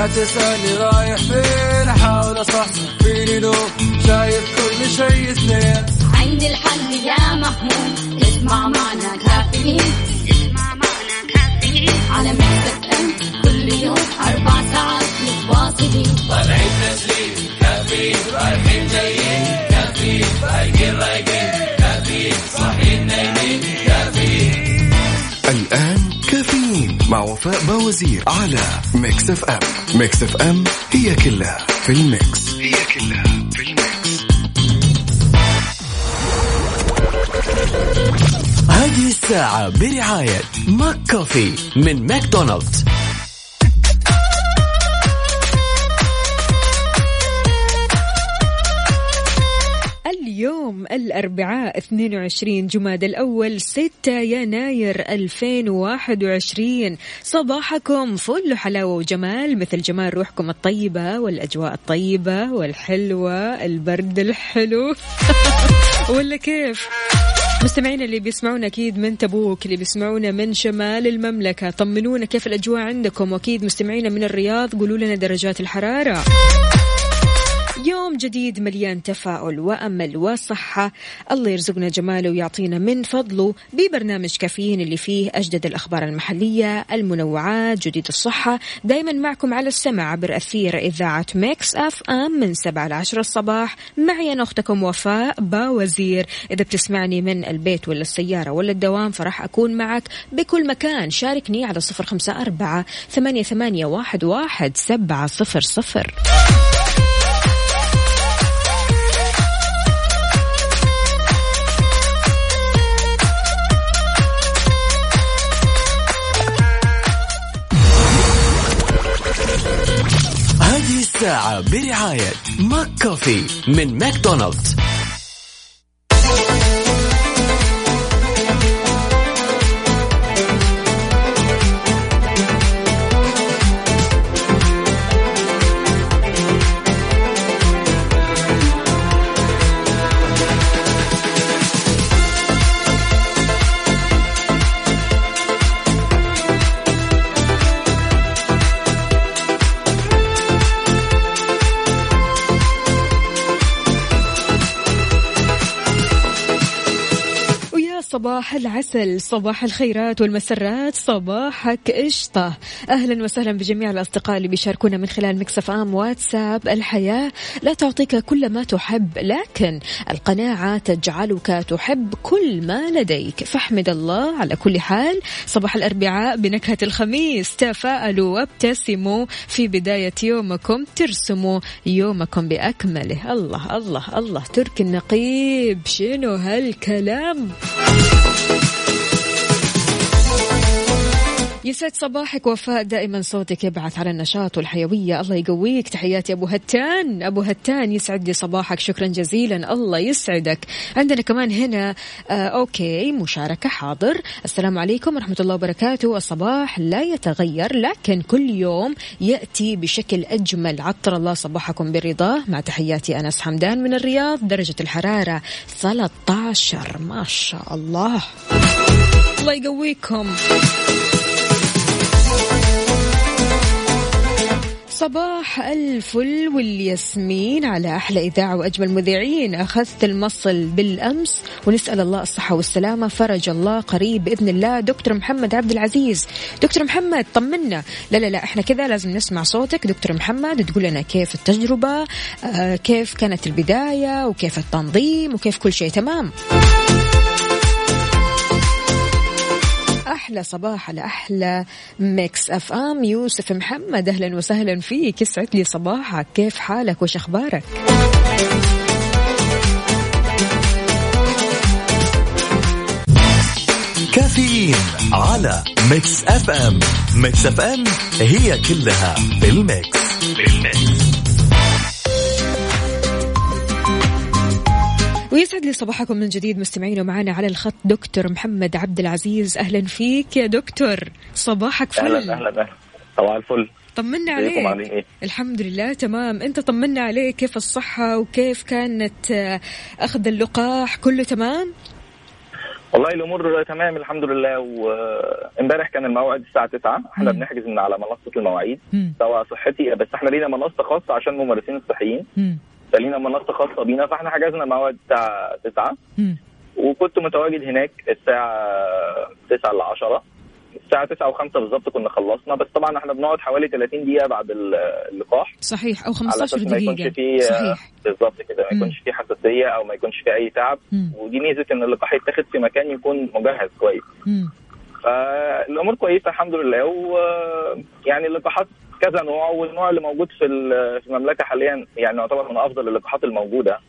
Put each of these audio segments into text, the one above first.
لا تسألني رايح فين، أحاول أصحصح فيني لو شايف كل شيء سنين. عندي الحل يا محمود، اسمع معنا كافيين، اسمع معنا كافيين على ميكس اف ام كل يوم 4 ساعات متواصلين. طالعين تسليم كافيين، رايحين جايين كافيين، رايقين كافيين، صاحيين نايمين كافيين. الآن كافيين مع وفاء باوزير على ميكس اف ام. ميكس اف ام هي كلها في الميكس، هي كلها في الميكس. هذه الساعة برعاية ماك كوفي من ماكدونالدز. اليوم الأربعاء 22 جمادى الأول 6 يناير 2021. صباحكم فل حلاوة وجمال مثل جمال روحكم الطيبة والأجواء الطيبة والحلوة، البرد الحلو ولا كيف؟ مستمعين اللي بيسمعونا أكيد من تبوك، اللي بيسمعونا من شمال المملكة، طمنونا كيف الأجواء عندكم. وأكيد مستمعين من الرياض قولوا لنا درجات الحرارة. يوم جديد مليان تفاؤل وأمل وصحة، الله يرزقنا جماله ويعطينا من فضله ببرنامج كافيين اللي فيه أجدد الأخبار المحلية، المنوعات، جديد الصحة، دايما معكم على السمع عبر أثير إذاعة ميكس أف أم من 7 ل 10 الصباح. معي أنا أختكم وفاء باوزير. إذا بتسمعني من البيت ولا السيارة ولا الدوام فرح أكون معك بكل مكان. شاركني على 0548811700. هذه الساعة برعاية ماك كوفي من ماكدونالدز. صباح العسل، صباح الخيرات والمسرات، صباحك قشطة. أهلا وسهلا بجميع الأصدقاء اللي بيشاركونا من خلال ميكس اف ام واتساب. الحياة لا تعطيك كل ما تحب، لكن القناعة تجعلك تحب كل ما لديك، فاحمد الله على كل حال. صباح الأربعاء بنكهة الخميس، تفاءلوا وابتسموا في بداية يومكم، ترسموا يومكم بأكمله. الله الله الله، ترك النقيب، شنو هالكلام؟ يسعد صباحك وفاء، دائما صوتك يبعث على النشاط والحيوية، الله يقويك. تحياتي أبو هتان. أبو هتان يسعد لي صباحك، شكرا جزيلا، الله يسعدك. عندنا كمان هنا أوكي مشاركة، حاضر. السلام عليكم ورحمة الله وبركاته. الصباح لا يتغير لكن كل يوم يأتي بشكل أجمل، عطر الله صباحكم برضاه. مع تحياتي أنس حمدان من الرياض. درجة الحرارة 13، ما شاء الله، الله يقويكم. صباح الفل والياسمين على أحلى إذاعة وأجمل مذيعين. أخذت المصل بالأمس ونسأل الله الصحة والسلامة، فرج الله قريب بإذن الله. دكتور محمد عبد العزيز، دكتور محمد طمنا. لا إحنا كذا لازم نسمع صوتك دكتور محمد، تقول لنا كيف التجربة، كيف كانت البداية وكيف التنظيم وكيف كل شيء تمام. أحلى صباح على أحلى ميكس أف أم. يوسف محمد أهلا وسهلا فيك، يسعد لي صباحك، كيف حالك وش أخبارك؟ كافيين على ميكس اف ام. ميكس اف ام هي كلها بالميكس. ويسعد لي صباحكم من جديد مستمعين، ومعنا على الخط دكتور محمد عبد العزيز. أهلا فيك يا دكتور، صباحك فل. أهلا صباح الفل. طمنا عليك. إيه؟ الحمد لله تمام. أنت طمنا عليك، كيف الصحة وكيف كانت أخذ اللقاح؟ كله تمام؟ والله الامور تمام الحمد لله. وامبارح كان الموعد الساعه 9. احنا بنحجز من على منصه المواعيد سواء صحتي، بس احنا لينا منصه خاصه عشان ممارسين الصحيين، فلينا منصه خاصه بينا، فاحنا حجزنا موعد الساعه 9. وكنت متواجد هناك الساعه 9 ل 10. الساعة 9:05 بالظبط كنا خلصنا، بس طبعا احنا بنقعد حوالي 30 دقيقة بعد اللقاح. صحيح، أو 15 دقيقة. ما يكونش فيه صحيح بالظبط كده، ما يكونش فيه حساسية أو ما يكونش فيه أي تعب. ودي ميزة إن اللقاح يتاخد في مكان يكون مجهز كويس. فالأمور كويسة الحمد لله. ويعني اللقاحات كذا نوع، والنوع اللي موجود في المملكة حاليا يعني يعتبر من أفضل اللقاحات الموجودة.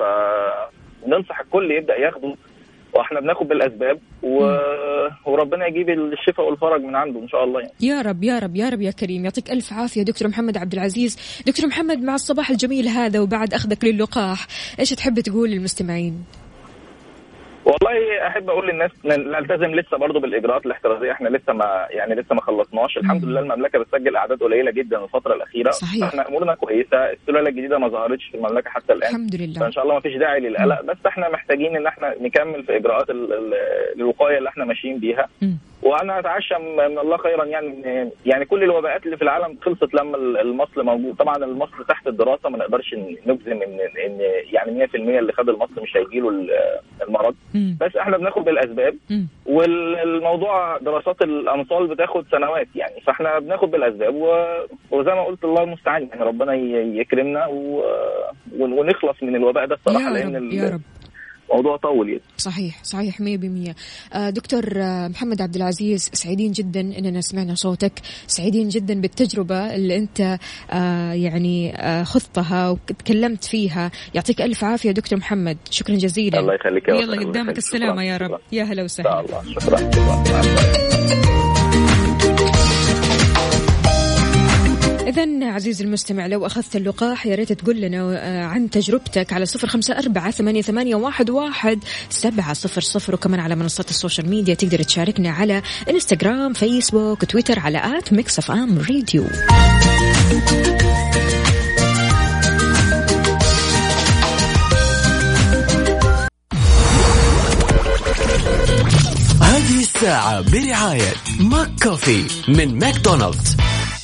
فننصح الكل يبدأ ياخده، واحنا بناخد بالاسباب وربنا يجيب الشفاء والفرج من عنده ان شاء الله يعني. يا رب يا رب يا رب يا كريم. يعطيك الف عافيه دكتور محمد عبد العزيز. دكتور محمد، مع الصباح الجميل هذا وبعد اخذك للقاح، ايش تحب تقول للمستمعين؟ والله احب اقول للناس نلتزم لسه برضو بالاجراءات الاحترازيه. احنا لسه ما خلصناش. الحمد لله المملكه بتسجل اعداد قليله جدا الفتره الاخيره. صحيح. احنا امورنا كويسه. السلاله الجديده ما ظهرتش في المملكه حتى الان الحمد لله، فان شاء الله ما فيش داعي للقلق. بس احنا محتاجين ان احنا نكمل في اجراءات الوقايه اللي احنا ماشيين بيها. وانا اتعشى من الله خيرا يعني كل الوباءات اللي في العالم خلصت لما المصل موجود. طبعا المصل تحت الدراسه، ما نقدرش نجزم ان يعني 100% اللي خد المصل مش هيجيله المرض. بس احنا بناخد بالاسباب. والموضوع دراسات الامصال بتاخد سنوات يعني، فاحنا بناخد بالاسباب. وزي ما قلت الله المستعان يعني، ربنا يكرمنا ونخلص من الوباء ده الصراحه، لان يا رب موضوع طول يعني. صحيح صحيح 100%. دكتور محمد عبد العزيز، سعيدين جدا اننا سمعنا صوتك، سعيدين جدا بالتجربه اللي انت يعني خضتها وتكلمت فيها. يعطيك الف عافيه دكتور محمد، شكرا جزيلا. الله يخليك. يلا قدامك السلامه يا رب. يا هلا وسهلا. الله شكرا. إذن عزيزي المستمع، لو أخذت اللقاح يا ريت تقول لنا عن تجربتك على 0548811700، وكمان على منصات السوشيال ميديا تقدر تشاركنا على إنستغرام، فيسبوك، تويتر على @mixfmradio. هذه الساعة برعاية ماك كوفي من ماكدونالدز.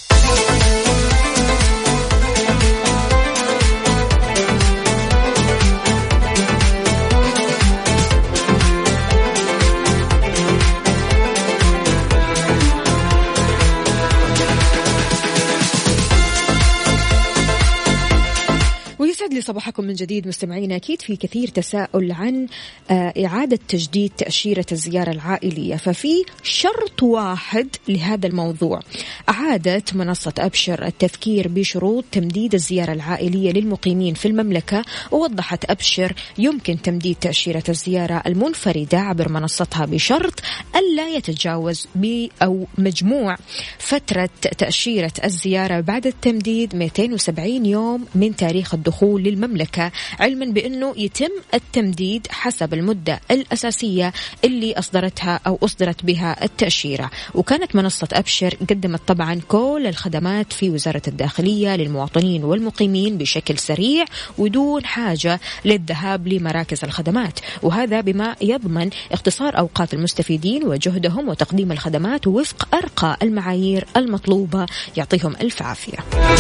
يسعد لي صباحكم من جديد مستمعينا. أكيد في كثير تساؤل عن إعادة تجديد تأشيرة الزيارة العائلية، ففي شرط واحد لهذا الموضوع. أعادت منصة أبشر التفكير بشروط تمديد الزيارة العائلية للمقيمين في المملكة، ووضحت أبشر يمكن تمديد تأشيرة الزيارة المنفردة عبر منصتها بشرط ألا يتجاوز أو مجموع فترة تأشيرة الزيارة بعد التمديد 270 يوم من تاريخ الدخول للمملكة، علما بأنه يتم التمديد حسب المدة الأساسية اللي أصدرت بها التأشيرة. وكانت منصة أبشر قدمت طبعا كل الخدمات في وزارة الداخلية للمواطنين والمقيمين بشكل سريع ودون حاجة للذهاب لمراكز الخدمات، وهذا بما يضمن اختصار أوقات المستفيدين وجهدهم وتقديم الخدمات وفق أرقى المعايير المطلوبة. يعطيهم ألف عافية.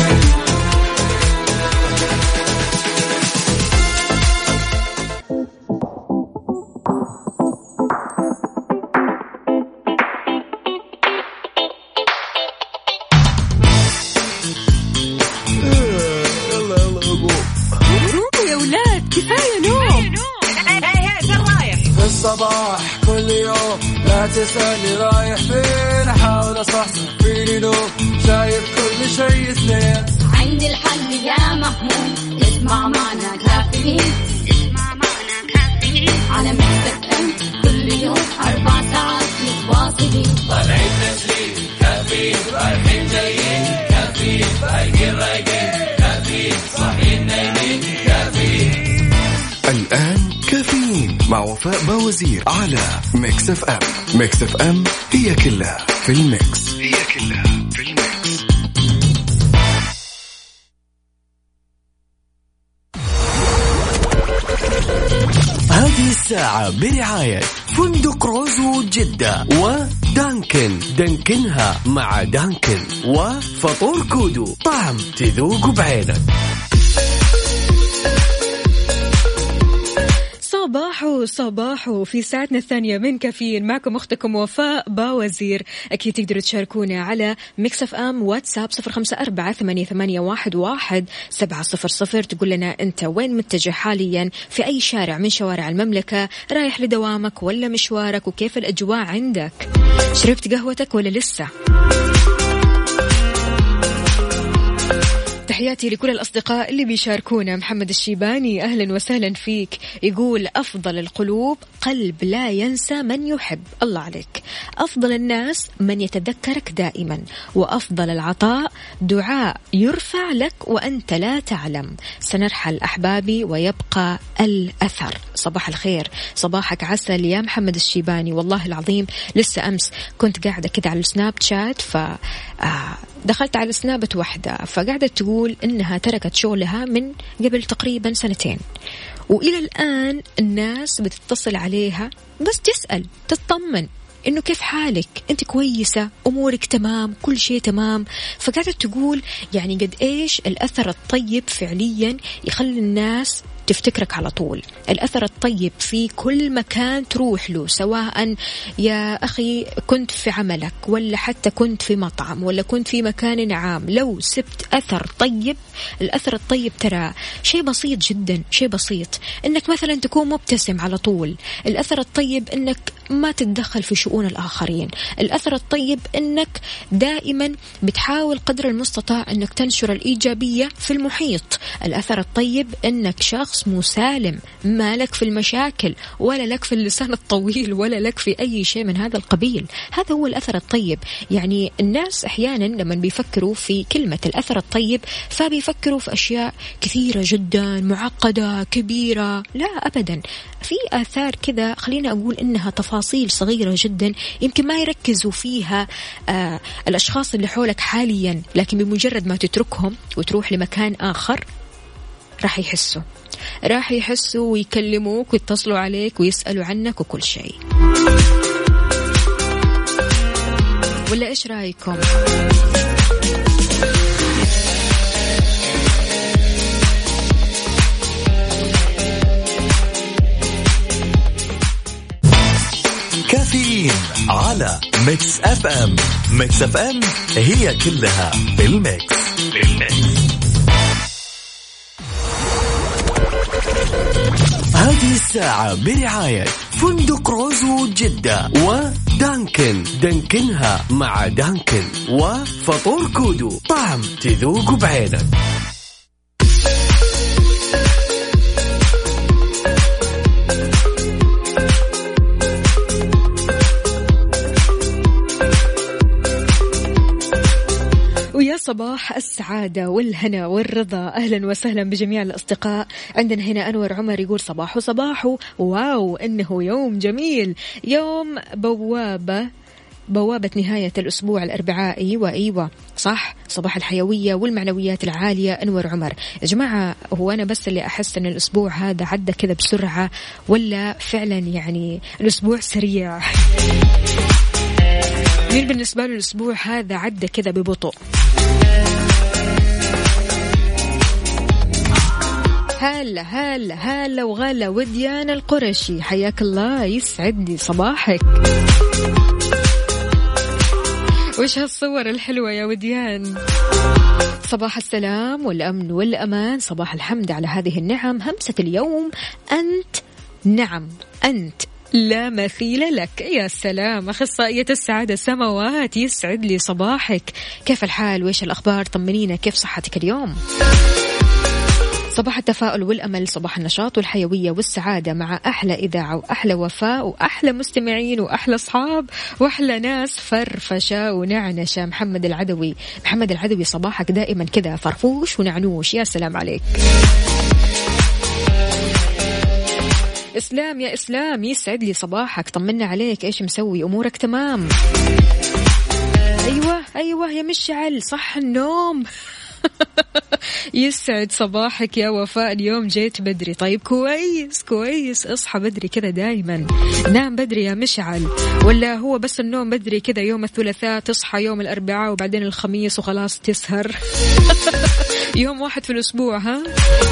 الصباح كل يوم لا تسألني رايح فين، أحاول أصحصح فيني لو شايف كل شيء سنين. عندي الحل يا محمود، اسمع معنا كافيين، اسمع معنا كافيين على ميكس اف ام كل يوم 4 ساعات متواصلين. طالعين تسليم كافيين، رايحين جايين كافيين، رايقين كافيين، صاحيين نايمين كافيين. الآن كافيين مع وفاء باوزير على ميكس اف ام. ميكس اف ام هي كلها في الميكس، هي كلها في الميكس. هذه الساعة برعاية فندق روزوود جدة ودانكن دانكنها مع دانكن وفطور كودو طعم تذوق بعينك. صباحو في ساعتنا الثانية من كافيين، معكم أختكم وفاء باوزير. أكيد تقدروا تشاركونا على ميكس اف ام واتساب 0548811700. تقول لنا أنت وين متجه حاليا، في أي شارع من شوارع المملكة، رايح لدوامك ولا مشوارك، وكيف الأجواء عندك، شربت قهوتك ولا لسه؟ تحياتي لكل الأصدقاء اللي بيشاركونا. محمد الشيباني أهلا وسهلا فيك، يقول أفضل القلوب قلب لا ينسى من يحب. الله عليك. أفضل الناس من يتذكرك دائما، وأفضل العطاء دعاء يرفع لك وأنت لا تعلم. سنرحل أحبابي ويبقى الأثر. صباح الخير، صباحك عسل يا محمد الشيباني. والله العظيم لسه أمس كنت قاعدة كده على السناب شات، دخلت على سنابة واحدة فقاعدة تقول إنها تركت شغلها من قبل تقريبا 2 سنين، وإلى الآن الناس بتتصل عليها بس تسأل تطمن إنه كيف حالك، أنت كويسة، أمورك تمام، كل شيء تمام. فقاعدة تقول يعني قد إيش الأثر الطيب فعليا يخلي الناس تفتكرك على طول. الأثر الطيب في كل مكان تروح له، سواء يا أخي كنت في عملك ولا حتى كنت في مطعم ولا كنت في مكان عام، لو سبت أثر طيب، الأثر الطيب ترى شيء بسيط جدا، شيء بسيط إنك مثلا تكون مبتسم على طول. الأثر الطيب إنك ما تتدخل في شؤون الآخرين. الأثر الطيب إنك دائما بتحاول قدر المستطاع إنك تنشر الإيجابية في المحيط. الأثر الطيب إنك شخص مسالم، ما لك في المشاكل ولا لك في اللسان الطويل ولا لك في أي شيء من هذا القبيل. هذا هو الأثر الطيب. يعني الناس أحيانا لما بيفكروا في كلمة الأثر الطيب فبيفكروا في أشياء كثيرة جدا معقدة كبيرة. لا أبدا، في آثار كذا خلينا أقول إنها تفاصيل صغيرة جدا يمكن ما يركزوا فيها الأشخاص اللي حولك حاليا، لكن بمجرد ما تتركهم وتروح لمكان آخر راح يحسوا ويكلموك ويتصلوا عليك ويسألوا عنك وكل شيء. ولا إيش رأيكم؟ كافيين على ميكس اف ام. ميكس اف ام هي كلها بالميكس. هذه الساعة برعاية فندق روزوود جدة ودانكن دانكنها مع دانكن وفطور كودو طعم تذوق بعينك. ويا صباح السعادة والهنا والرضا، أهلا وسهلا بجميع الأصدقاء. عندنا هنا أنور عمر يقول صباحو واو إنه يوم جميل، يوم بوابة نهاية الأسبوع الأربعائي. وأيوة صح، صباح الحيوية والمعنويات العالية. أنور عمر يا جماعة، هو أنا بس اللي أحس أن الأسبوع هذا عدى كذا بسرعة ولا فعلا يعني الأسبوع سريع؟ مين بالنسبة له الأسبوع هذا عدى كذا ببطء؟ هلا وغلا وديان القرشي، حياك الله، يسعد لي صباحك. وش هالصور الحلوة يا وديان؟ صباح السلام والأمن والأمان، صباح الحمد على هذه النعم، همسة اليوم أنت. نعم أنت لا مثيل لك. يا سلام، أخصائية السعادة سماوات، يسعد لي صباحك. كيف الحال وإيش الأخبار؟ طمنينا، كيف صحتك اليوم؟ صباح التفاؤل والأمل، صباح النشاط والحيوية والسعادة مع أحلى إذاعة وأحلى وفاء وأحلى مستمعين وأحلى أصحاب وأحلى ناس فرفشة ونعنشة. محمد العدوي صباحك دائما كذا فرفوش ونعنوش، يا سلام عليك. إسلام يا إسلام، يسعد لي صباحك، طمنا عليك، إيش مسوي؟ أمورك تمام؟ أيوة يا مشعل، صح النوم يسعد صباحك يا وفاء، اليوم جيت بدري. طيب كويس كويس، اصحى بدري كذا دايما، نام بدري يا مشعل، ولا هو بس النوم بدري كذا يوم الثلاثاء تصحى يوم الأربعاء وبعدين الخميس وخلاص تسهر؟ يوم واحد في الأسبوع ها؟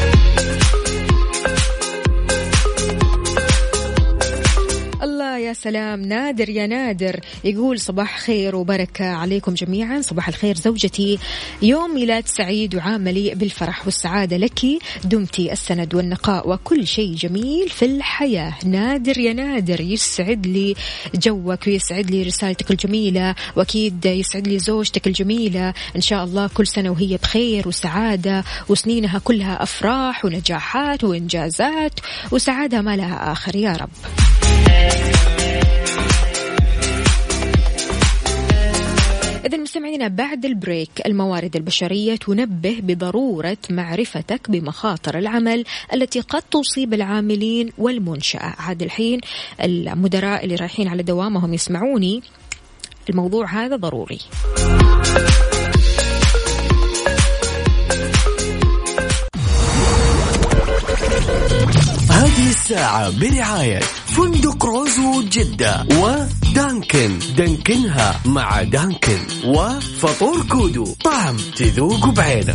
الله يا سلام. نادر يا نادر يقول صباح خير وبركة عليكم جميعا. صباح الخير زوجتي، يوم ميلاد سعيد وعام مليء بالفرح والسعادة لك، دمتي السند والنقاء وكل شيء جميل في الحياة. نادر يا نادر، يسعد لي جوك ويسعد لي رسالتك الجميلة، وأكيد يسعد لي زوجتك الجميلة. إن شاء الله كل سنة وهي بخير وسعادة، وسنينها كلها أفراح ونجاحات وإنجازات وسعادة ما لها آخر يا رب. إذا مستمعينا بعد البريك، الموارد البشرية تنبه بضرورة معرفتك بمخاطر العمل التي قد تصيب العاملين والمنشأة. عاد الحين المدراء اللي رايحين على دوامهم يسمعوني، الموضوع هذا ضروري. هذه الساعة برعاية فندق روزو جدة ودانكن، دانكنها مع دانكن، وفطور كودو، طعم تذوق بعينك.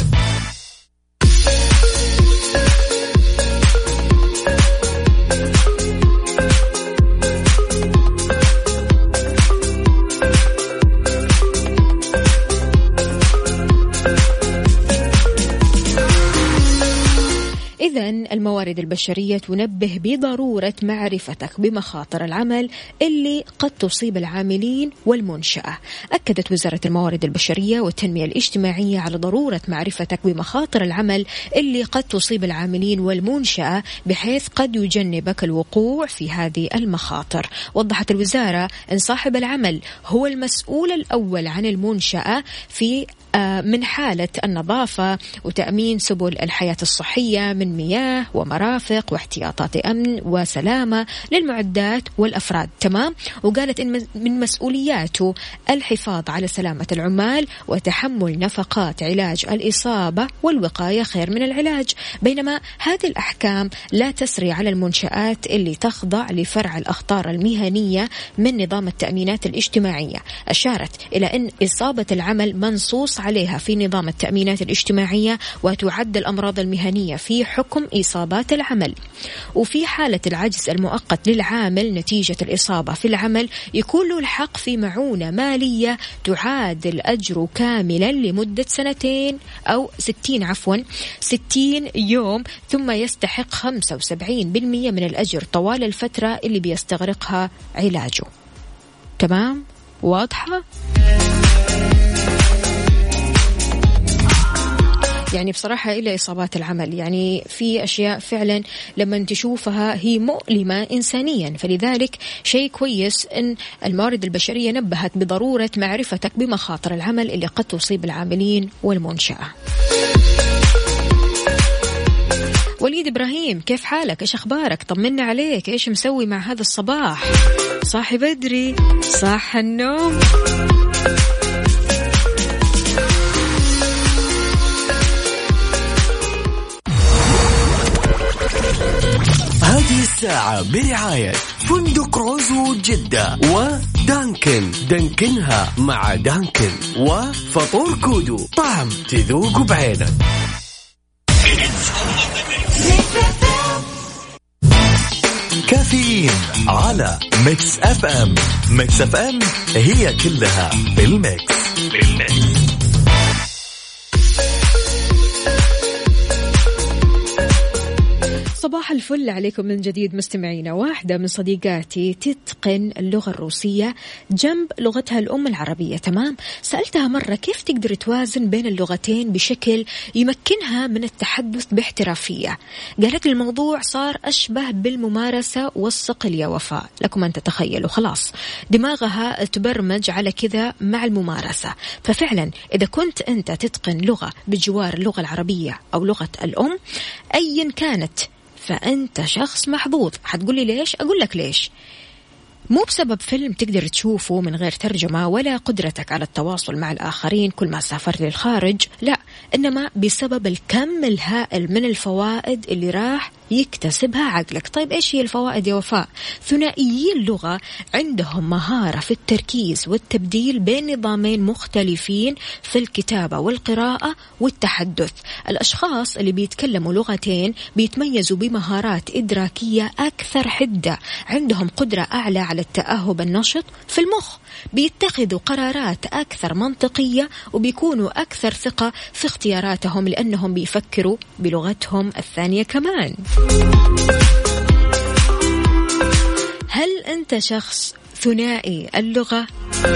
إذن الموارد البشرية تنبه بضرورة معرفتك بمخاطر العمل اللي قد تصيب العاملين والمنشأة. أكدت وزارة الموارد البشرية والتنمية الاجتماعية على ضرورة معرفتك بمخاطر العمل اللي قد تصيب العاملين والمنشأة بحيث قد يجنبك الوقوع في هذه المخاطر. وضحت الوزارة أن صاحب العمل هو المسؤول الأول عن المنشأة في من حالة النظافة وتأمين سبل الحياة الصحية من مياه ومرافق واحتياطات أمن وسلامة للمعدات والأفراد. تمام. وقالت إن من مسؤولياته الحفاظ على سلامة العمال وتحمل نفقات علاج الإصابة والوقاية خير من العلاج. بينما هذه الأحكام لا تسري على المنشآت اللي تخضع لفرع الأخطار المهنية من نظام التأمينات الاجتماعية. أشارت إلى أن إصابة العمل منصوص عليها في نظام التأمينات الاجتماعية وتعد الأمراض المهنية في حكم إصابات العمل. وفي حالة العجز المؤقت للعامل نتيجة الإصابة في العمل يكون له الحق في معونة مالية تعادل أجره كاملا لمدة 2 أو 60 يوم، ثم يستحق 75% من الأجر طوال الفترة اللي بيستغرقها علاجه. تمام؟ واضحة؟ يعني بصراحة إلى إصابات العمل، يعني في أشياء فعلا لما تشوفها هي مؤلمة إنسانيا، فلذلك شيء كويس أن الموارد البشرية نبهت بضرورة معرفتك بمخاطر العمل اللي قد تصيب العاملين والمنشأة. وليد إبراهيم، كيف حالك؟ إيش أخبارك؟ طمنا عليك، إيش مسوي مع هذا الصباح؟ صاحي بدري؟ صح النوم؟ هذه الساعة برعاية فندق روزو جدة ودانكن، دانكنها مع دانكن، وفطور كودو، طعم تذوق بعينك. كافيين على ميكس اف ام. ميكس اف ام هي كلها بالميكس. صباح الفل عليكم من جديد مستمعينا. واحدة من صديقاتي تتقن اللغة الروسية جنب لغتها الأم العربية. تمام. سألتها مرة كيف تقدر توازن بين اللغتين بشكل يمكنها من التحدث باحترافية. قالت الموضوع صار أشبه بالممارسة والصقل يا وفاء، لكم أن تتخيلوا. خلاص دماغها تبرمج على كذا مع الممارسة. ففعلا إذا كنت أنت تتقن لغة بجوار اللغة العربية أو لغة الأم أيا كانت فأنت شخص محظوظ. حتقولي ليش؟ أقول لك ليش. مو بسبب فيلم تقدر تشوفه من غير ترجمة ولا قدرتك على التواصل مع الآخرين كل ما سافرت للخارج، لا، إنما بسبب الكم الهائل من الفوائد اللي راح يكتسبها عقلك. طيب إيش هي الفوائد يا وفاء؟ ثنائيي اللغة عندهم مهارة في التركيز والتبديل بين نظامين مختلفين في الكتابة والقراءة والتحدث. الأشخاص اللي بيتكلموا لغتين بيتميزوا بمهارات إدراكية أكثر حدة، عندهم قدرة أعلى على التأهب النشط في المخ، بيتخذوا قرارات أكثر منطقية وبيكونوا أكثر ثقة في اختياراتهم لأنهم بيفكروا بلغتهم الثانية كمان. هل أنت شخص ثنائي اللغة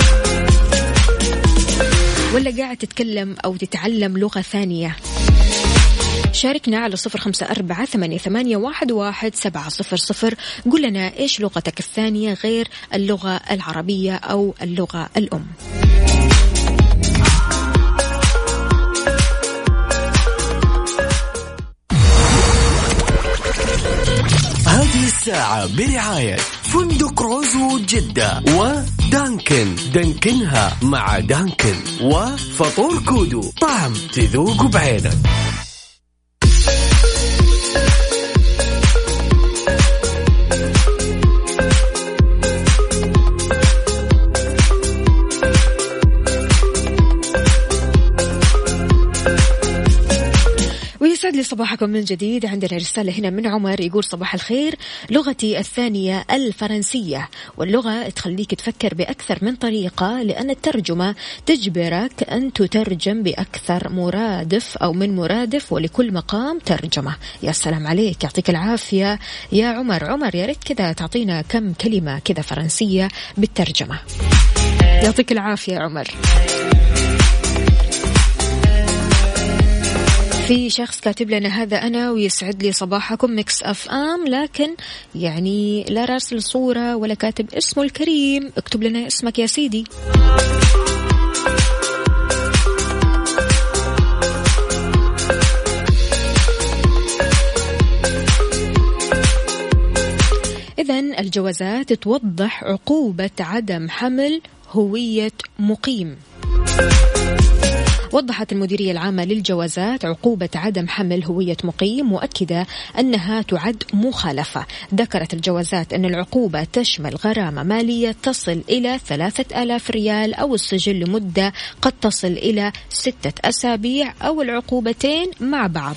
ولا قاعد تتكلم أو تتعلم لغة ثانية؟ شاركنا على 0548811700. قل لنا إيش لغتك الثانية غير اللغة العربية أو اللغة الأم. هذه الساعة برعاية فندق روزو جدة ودانكن، دانكنها مع دانكن، وفطور كودو، طعم تذوق بعينك. يسعد لي صباحكم من جديد. عندنا رسالة هنا من عمر يقول صباح الخير، لغتي الثانية الفرنسية، واللغة تخليك تفكر بأكثر من طريقة لأن الترجمة تجبرك أن تترجم بأكثر مرادف أو من مرادف، ولكل مقام ترجمة. يا سلام عليك، يعطيك العافية يا عمر. عمر يا ريت كذا تعطينا كم كلمة كذا فرنسية بالترجمة. يعطيك العافية يا عمر. في شخص كاتب لنا هذا أنا ويسعد لي صباحكم ميكس أف أم، لكن يعني لا راسل صورة ولا كاتب اسمه الكريم. اكتب لنا اسمك يا سيدي. إذن الجوازات توضح عقوبة عدم حمل هوية مقيم. وضحت المديرية العامة للجوازات عقوبة عدم حمل هوية مقيم، مؤكدة أنها تعد مخالفة. ذكرت الجوازات أن العقوبة تشمل غرامة مالية تصل إلى 3000 ريال أو السجن لمدة قد تصل إلى 6 أسابيع أو العقوبتين مع بعض.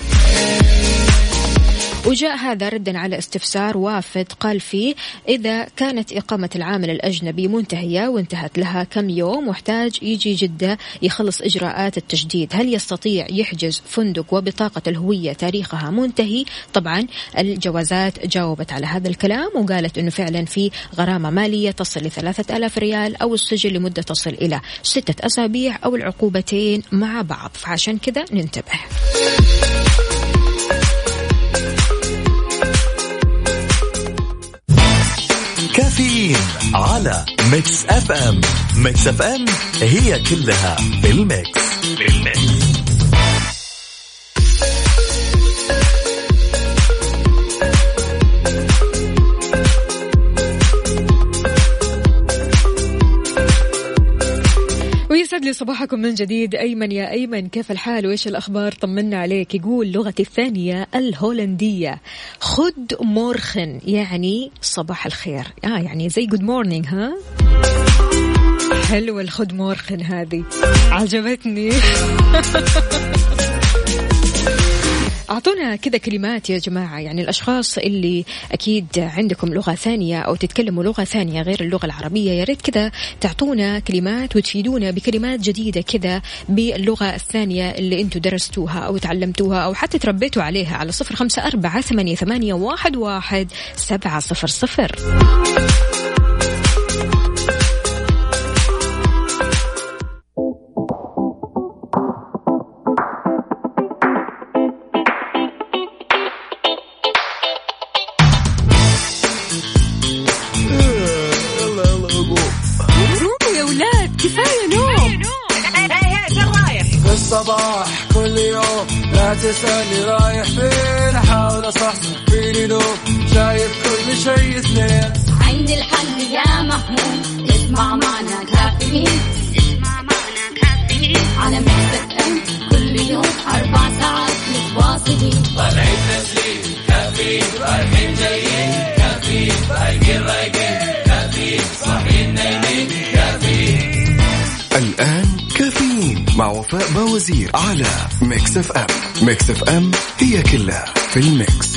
وجاء هذا ردا على استفسار وافد قال فيه إذا كانت إقامة العامل الأجنبي منتهية وانتهت لها كم يوم واحتاج يجي جدة يخلص إجراءات التجديد، هل يستطيع يحجز فندق وبطاقة الهوية تاريخها منتهي؟ طبعا الجوازات جاوبت على هذا الكلام وقالت أنه فعلا في غرامة مالية تصل ل3000 ريال أو السجن لمدة تصل إلى 6 أسابيع أو العقوبتين مع بعض، فعشان كذا ننتبه. كافيين على ميكس اف ام. ميكس اف ام هي كلها بالميكس. ويسعد لي صباحكم من جديد. أيمن يا أيمن كيف الحال وإيش الأخبار؟ طمنا عليك. يقول لغتي الثانية الهولندية. خد مورخن يعني صباح الخير، يعني زي good morning. ها حلوة الخد مورخن هذه، عجبتني. أعطونا كذا كلمات يا جماعة، يعني الأشخاص اللي أكيد عندكم لغة ثانية أو تتكلموا لغة ثانية غير اللغة العربية، يا ريت كذا تعطونا كلمات وتفيدونا بكلمات جديدة كذا باللغة الثانية اللي أنتوا درستوها أو تعلمتوها أو حتى تربيتوا عليها على 0548811700. الصباح كل يوم لا تسألني رايح فين، أحاول أصحصح فيني نوم، شايف كل شيء سنين. عندي الحل يا محمود، اسمع معنا كافيين، اسمع معنا كافيين على ميكس اف ام كل يوم والآن كافيين مع وفاء باوزير على ميكس اف ام. ميكس اف ام هي كلها في الميكس.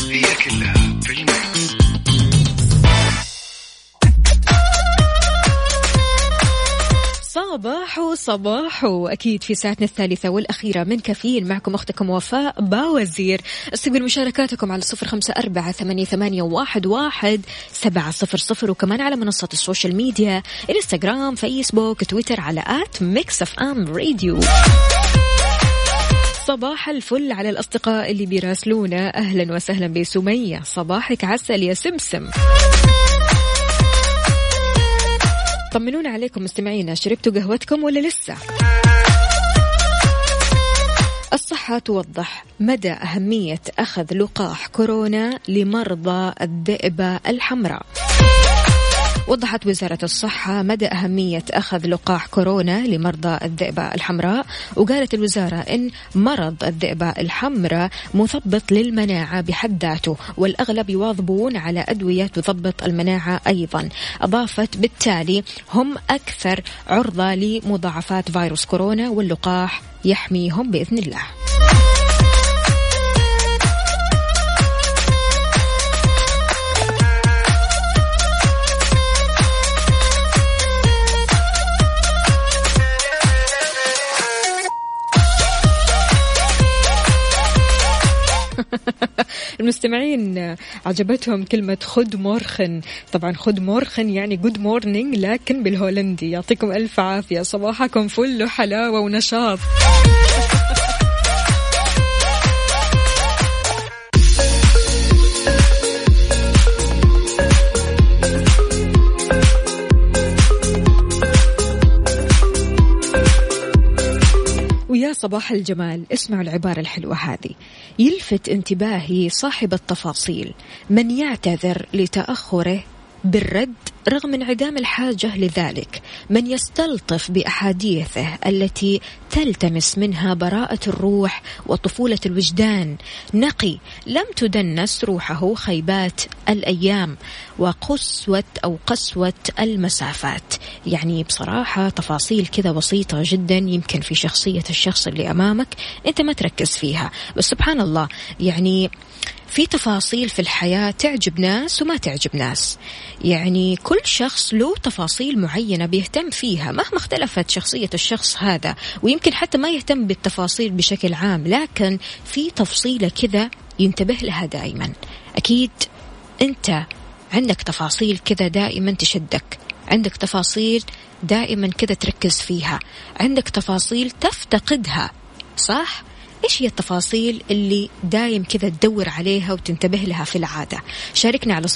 صباحو أكيد في ساعتنا الثالثة والأخيرة من كافيين. معكم أختكم وفاء باوزير. استقبل مشاركاتكم على 0548811700 وكمان على منصة السوشيال ميديا إنستغرام فيسبوك تويتر على @mixfmradio. صباح الفل على الأصدقاء اللي بيراسلونا. أهلا وسهلا بسمية، صباحك عسل يا سمسم. طمنونا عليكم مستمعينا، شربتوا قهوتكم ولا لسه؟ الصحة توضح مدى أهمية أخذ لقاح كورونا لمرضى الذئبة الحمراء. وضحت وزارة الصحة مدى أهمية أخذ لقاح كورونا لمرضى الذئبة الحمراء، وقالت الوزارة إن مرض الذئبة الحمراء مثبط للمناعة بحد ذاته، والأغلب يواظبون على أدوية تثبط المناعة أيضا. أضافت بالتالي هم أكثر عرضة لمضاعفات فيروس كورونا، واللقاح يحميهم بإذن الله. المستمعين عجبتهم كلمة خد مورخن. طبعا خد مورخن يعني good morning لكن بالهولندي. يعطيكم ألف عافية، صباحكم فل وحلاوة ونشاط. ويا صباح الجمال، اسمعوا العبارة الحلوة هذه. يلفت انتباهي صاحب التفاصيل من يعتذر لتأخره بالرد رغم انعدام الحاجة لذلك، من يستلطف بأحاديثه التي تلتمس منها براءة الروح وطفولة الوجدان، نقي لم تدنس روحه خيبات الأيام وقسوة أو قسوة المسافات. يعني بصراحة تفاصيل كذا بسيطة جدا يمكن في شخصية الشخص اللي أمامك أنت ما تركز فيها، بس سبحان الله يعني في تفاصيل في الحياة تعجب ناس وما تعجب ناس. يعني كل شخص له تفاصيل معينة بيهتم فيها مهما اختلفت شخصية الشخص هذا، ويمكن حتى ما يهتم بالتفاصيل بشكل عام، لكن في تفصيلة كذا ينتبه لها دائما. أكيد أنت عندك تفاصيل كذا دائما تشدك، عندك تفاصيل دائما كذا تركز فيها، عندك تفاصيل تفتقدها، صح؟ إيش هي التفاصيل اللي دايم كذا تدور عليها وتنتبه لها في العادة؟ شاركنا على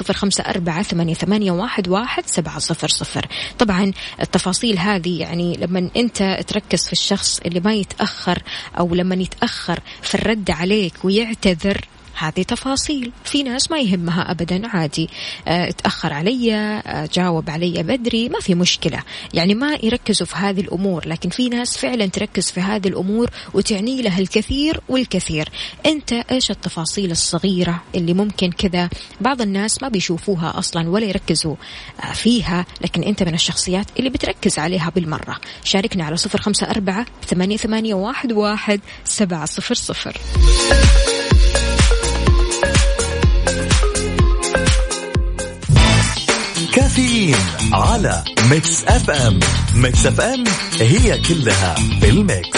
0548811700. طبعا التفاصيل هذه يعني لما أنت تركز في الشخص اللي ما يتأخر أو لما يتأخر في الرد عليك ويعتذر، هذه تفاصيل. في ناس ما يهمها أبدا، عادي اتأخر علي، جاوب علي بدري، ما في مشكلة، يعني ما يركزوا في هذه الأمور. لكن في ناس فعلا تركز في هذه الأمور وتعني لها الكثير والكثير. أنت إيش التفاصيل الصغيرة اللي ممكن كذا بعض الناس ما بيشوفوها أصلا ولا يركزوا فيها، لكن أنت من الشخصيات اللي بتركز عليها بالمرة؟ شاركنا على 0548811700. كافيين على ميكس اف ام. ميكس اف ام هي كلها بالميكس.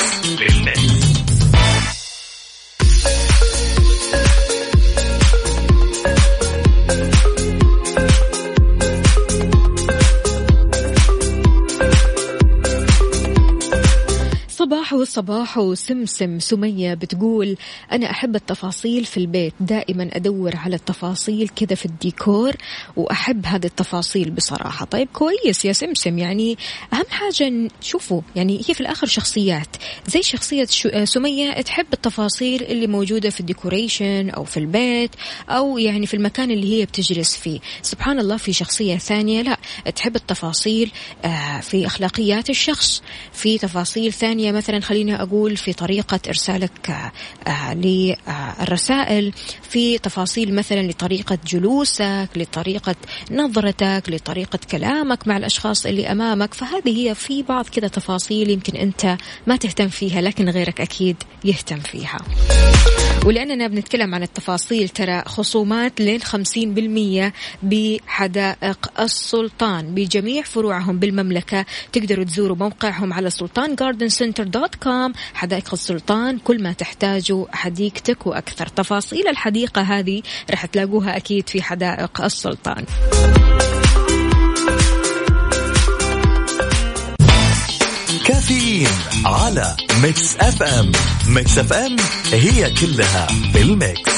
صباح سمسم. سمية بتقول أنا أحب التفاصيل في البيت، دائما أدور على التفاصيل كذا في الديكور وأحب هذه التفاصيل بصراحة. طيب كويس يا سمسم، يعني أهم حاجة شوفوا يعني هي في الآخر شخصيات، زي شخصية سمية تحب التفاصيل اللي موجودة في الديكوريشن أو في البيت أو يعني في المكان اللي هي بتجلس فيه. سبحان الله في شخصية ثانية لا تحب التفاصيل في أخلاقيات الشخص، في تفاصيل ثانية مثلا خليني أقول في طريقة إرسالك للرسائل، في تفاصيل مثلا لطريقة جلوسك، لطريقة نظرتك، لطريقة كلامك مع الأشخاص اللي أمامك. فهذه هي في بعض كذا تفاصيل يمكن أنت ما تهتم فيها لكن غيرك أكيد يهتم فيها. ولأننا بنتكلم عن التفاصيل، ترى خصومات لين 50% بحدائق السلطان بجميع فروعهم بالمملكة. تقدروا تزوروا موقعهم على sultangardencenter.com. حدائق السلطان، كل ما تحتاجوا حديقتك وأكثر. تفاصيل الحديقة هذه رح تلاقوها أكيد في حدائق السلطان. كافيين على ميكس اف ام. ميكس اف ام هي كلها بالميكس.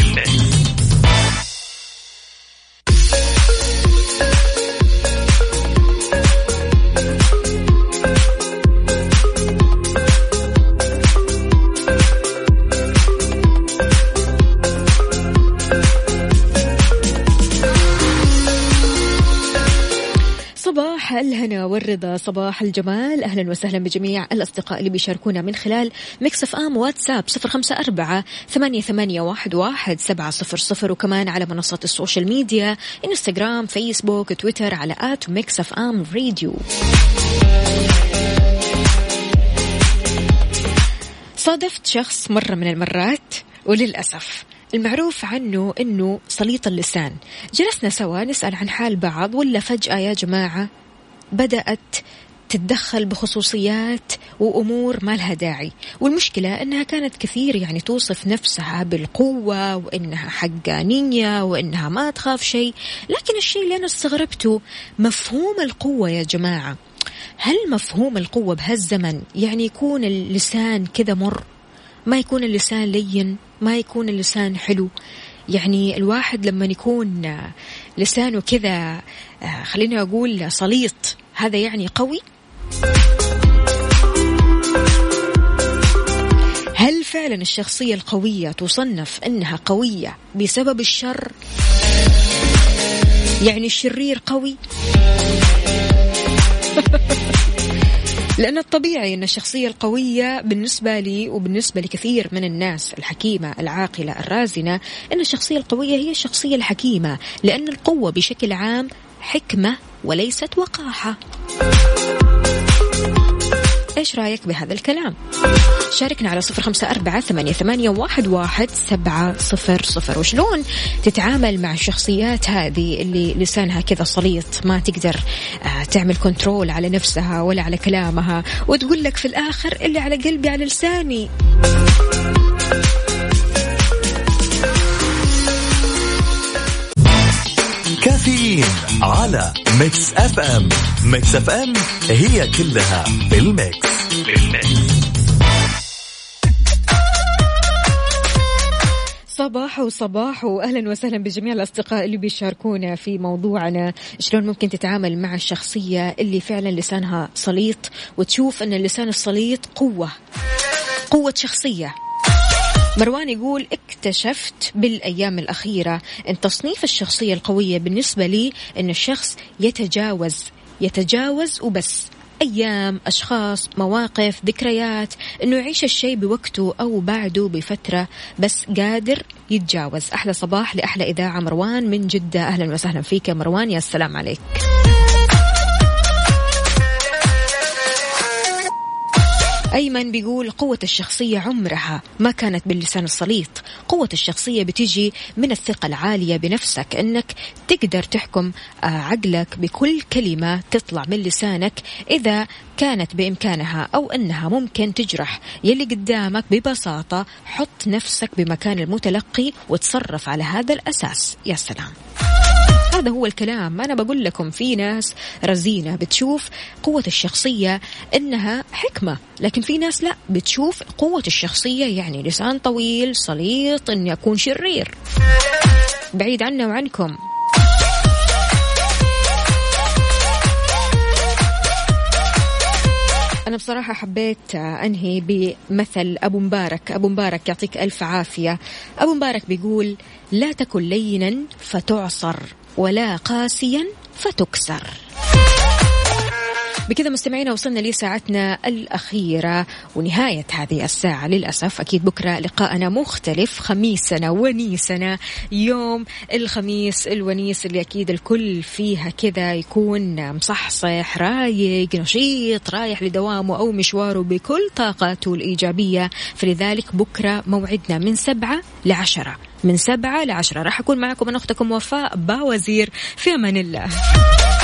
صباح الهنا والرضا، صباح الجمال. أهلا وسهلا بجميع الأصدقاء اللي بيشاركونا من خلال ميكس اف ام واتساب 0548811700، وكمان على منصات السوشيال ميديا إنستغرام، فيسبوك، تويتر على @mixfmradio. صادفت شخص مرة من المرات وللأسف المعروف عنه أنه سليط اللسان. جلسنا سوا نسأل عن حال بعض، ولا فجأة يا جماعة بدأت تتدخل بخصوصيات وأمور ما لها داعي. والمشكلة أنها كانت كثير يعني توصف نفسها بالقوة وإنها حقانية وإنها ما تخاف شيء. لكن الشيء اللي أنا استغربته مفهوم القوة يا جماعة. هل مفهوم القوة بهالزمن يعني يكون اللسان كذا مر، ما يكون اللسان لين، ما يكون اللسان حلو؟ يعني الواحد لما يكون لسانه كذا خليني أقول سليط، هذا يعني قوي؟ هل فعلا الشخصية القوية تصنف أنها قوية بسبب الشر؟ يعني الشرير قوي؟ لأن الطبيعي أن الشخصية القوية بالنسبة لي وبالنسبة لكثير من الناس الحكيمة العاقلة الرازنة، أن الشخصية القوية هي الشخصية الحكيمة، لأن القوة بشكل عام حكمة وليست وقاحة. إيش رأيك بهذا الكلام؟ شاركنا على 0548811700. وشلون تتعامل مع الشخصيات هذه اللي لسانها كذا سليط، ما تقدر تعمل كنترول على نفسها ولا على كلامها، وتقول لك في الآخر اللي على قلبي على لساني. كافيين على ميكس اف ام. ميكس اف ام هي كلها بالميكس. صباح وأهلا وسهلا بجميع الأصدقاء اللي بيشاركونا في موضوعنا. شلون ممكن تتعامل مع الشخصية اللي فعلا لسانها سليط وتشوف أن اللسان السليط قوة شخصية. مروان يقول اكتشفت بالأيام الأخيرة أن تصنيف الشخصية القوية بالنسبة لي أن الشخص يتجاوز وبس أيام، أشخاص، مواقف، ذكريات، أنه يعيش الشيء بوقته أو بعده بفترة، بس قادر يتجاوز. أحلى صباح لأحلى إذاعة مروان من جدة. أهلا وسهلا فيك يا مروان، يا السلام عليك. أيمن بيقول قوة الشخصية عمرها ما كانت باللسان السليط. قوة الشخصية بتيجي من الثقة العالية بنفسك، أنك تقدر تحكم عقلك بكل كلمة تطلع من لسانك إذا كانت بإمكانها أو أنها ممكن تجرح يلي قدامك. ببساطة حط نفسك بمكان المتلقي وتصرف على هذا الأساس. يا سلام، هذا هو الكلام. أنا بقول لكم في ناس رزينة بتشوف قوة الشخصية إنها حكمة، لكن في ناس لا، بتشوف قوة الشخصية يعني لسان طويل سليط، إن يكون شرير. بعيد عنا وعنكم. أنا بصراحة حبيت أنهي بمثل أبو مبارك يعطيك ألف عافية. أبو مبارك بيقول لا تكن لينا فتعصر ولا قاسيا فتكسر. بكذا مستمعينا وصلنا لساعتنا الأخيرة ونهاية هذه الساعة. للأسف أكيد بكرة لقاءنا مختلف، خميسنا ونيسنا، يوم الخميس الونيس اللي أكيد الكل فيها كذا يكون مصحصح رايق نشيط رايح لدوامه أو مشواره بكل طاقته الإيجابية. فلذلك بكرة موعدنا من 7 ل10، من 7 ل10 راح أكون معكم أنا أختكم وفاء باوزير. في أمان الله.